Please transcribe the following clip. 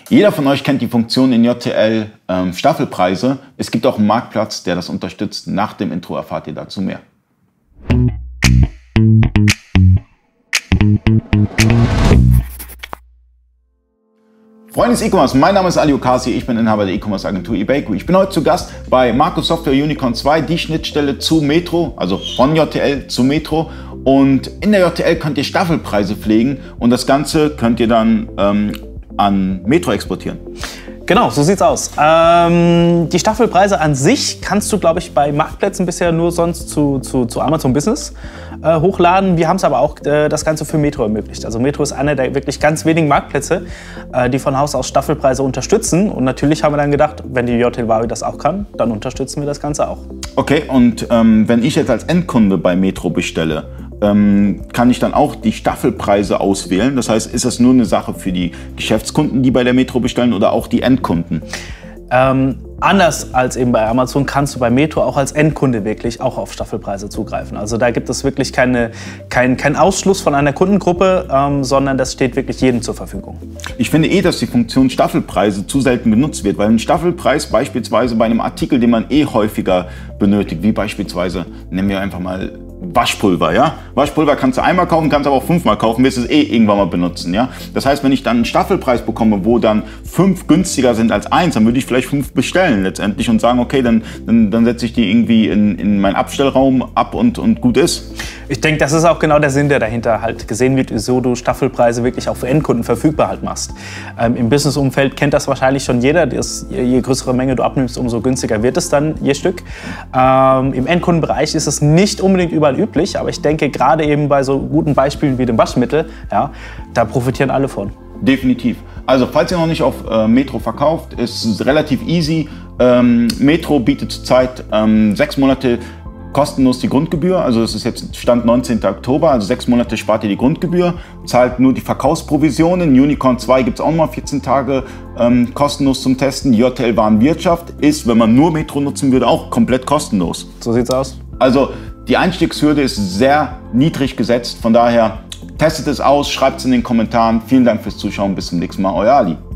Jeder von euch kennt die Funktion in JTL Staffelpreise. Es gibt auch einen Marktplatz, der das unterstützt. Nach dem Intro erfahrt ihr dazu mehr. Freunde des E-Commerce, mein Name ist Ali Okasi, ich bin Inhaber der E-Commerce-Agentur eBayQ. Ich bin heute zu Gast bei Marco Software Unicorn 2, die Schnittstelle zu Metro, also von JTL zu Metro. Und in der JTL könnt ihr Staffelpreise pflegen und das Ganze könnt ihr dann an Metro exportieren. Genau, so sieht's aus. Die Staffelpreise an sich kannst du, glaube ich, bei Marktplätzen bisher nur sonst zu Amazon Business hochladen. Wir haben es aber auch das Ganze für Metro ermöglicht. Also Metro ist einer der wirklich ganz wenigen Marktplätze, die von Haus aus Staffelpreise unterstützen. Und natürlich haben wir dann gedacht, wenn die JTL das auch kann, dann unterstützen wir das Ganze auch. Okay, und wenn ich jetzt als Endkunde bei Metro bestelle, kann ich dann auch die Staffelpreise auswählen? Das heißt, ist das nur eine Sache für die Geschäftskunden, die bei der Metro bestellen, oder auch die Endkunden? Anders als eben bei Amazon kannst du bei Metro auch als Endkunde wirklich auch auf Staffelpreise zugreifen. Also da gibt es wirklich keinen Ausschluss von einer Kundengruppe, sondern das steht wirklich jedem zur Verfügung. Ich finde dass die Funktion Staffelpreise zu selten genutzt wird, weil ein Staffelpreis beispielsweise bei einem Artikel, den man häufiger benötigt, wie beispielsweise, nehmen wir einfach mal Waschpulver, ja? Waschpulver kannst du einmal kaufen, kannst aber auch 5-mal kaufen, wirst es irgendwann mal benutzen, ja? Das heißt, wenn ich dann einen Staffelpreis bekomme, wo dann 5 günstiger sind als 1, dann würde ich vielleicht 5 bestellen letztendlich und sagen, okay, dann setze ich die irgendwie in meinen Abstellraum ab und gut ist. Ich denke, das ist auch genau der Sinn, der dahinter halt gesehen wird, wieso du Staffelpreise wirklich auch für Endkunden verfügbar halt machst. Im Business-Umfeld kennt das wahrscheinlich schon jeder, je größere Menge du abnimmst, umso günstiger wird es dann je Stück. Im Endkundenbereich ist es nicht unbedingt überall üblich, aber ich denke, gerade eben bei so guten Beispielen wie dem Waschmittel, ja, da profitieren alle von. Definitiv. Also, falls ihr noch nicht auf Metro verkauft, ist es relativ easy. Metro bietet zurzeit 6 Monate kostenlos die Grundgebühr, also es ist jetzt Stand 19. Oktober, also 6 Monate spart ihr die Grundgebühr, zahlt nur die Verkaufsprovisionen. Unicorn 2 gibt es auch noch mal 14 Tage kostenlos zum Testen. JTL Warenwirtschaft ist, wenn man nur Metro nutzen würde, auch komplett kostenlos. So sieht's aus. Also die Einstiegshürde ist sehr niedrig gesetzt, von daher testet es aus, schreibt es in den Kommentaren. Vielen Dank fürs Zuschauen, bis zum nächsten Mal, euer Ali.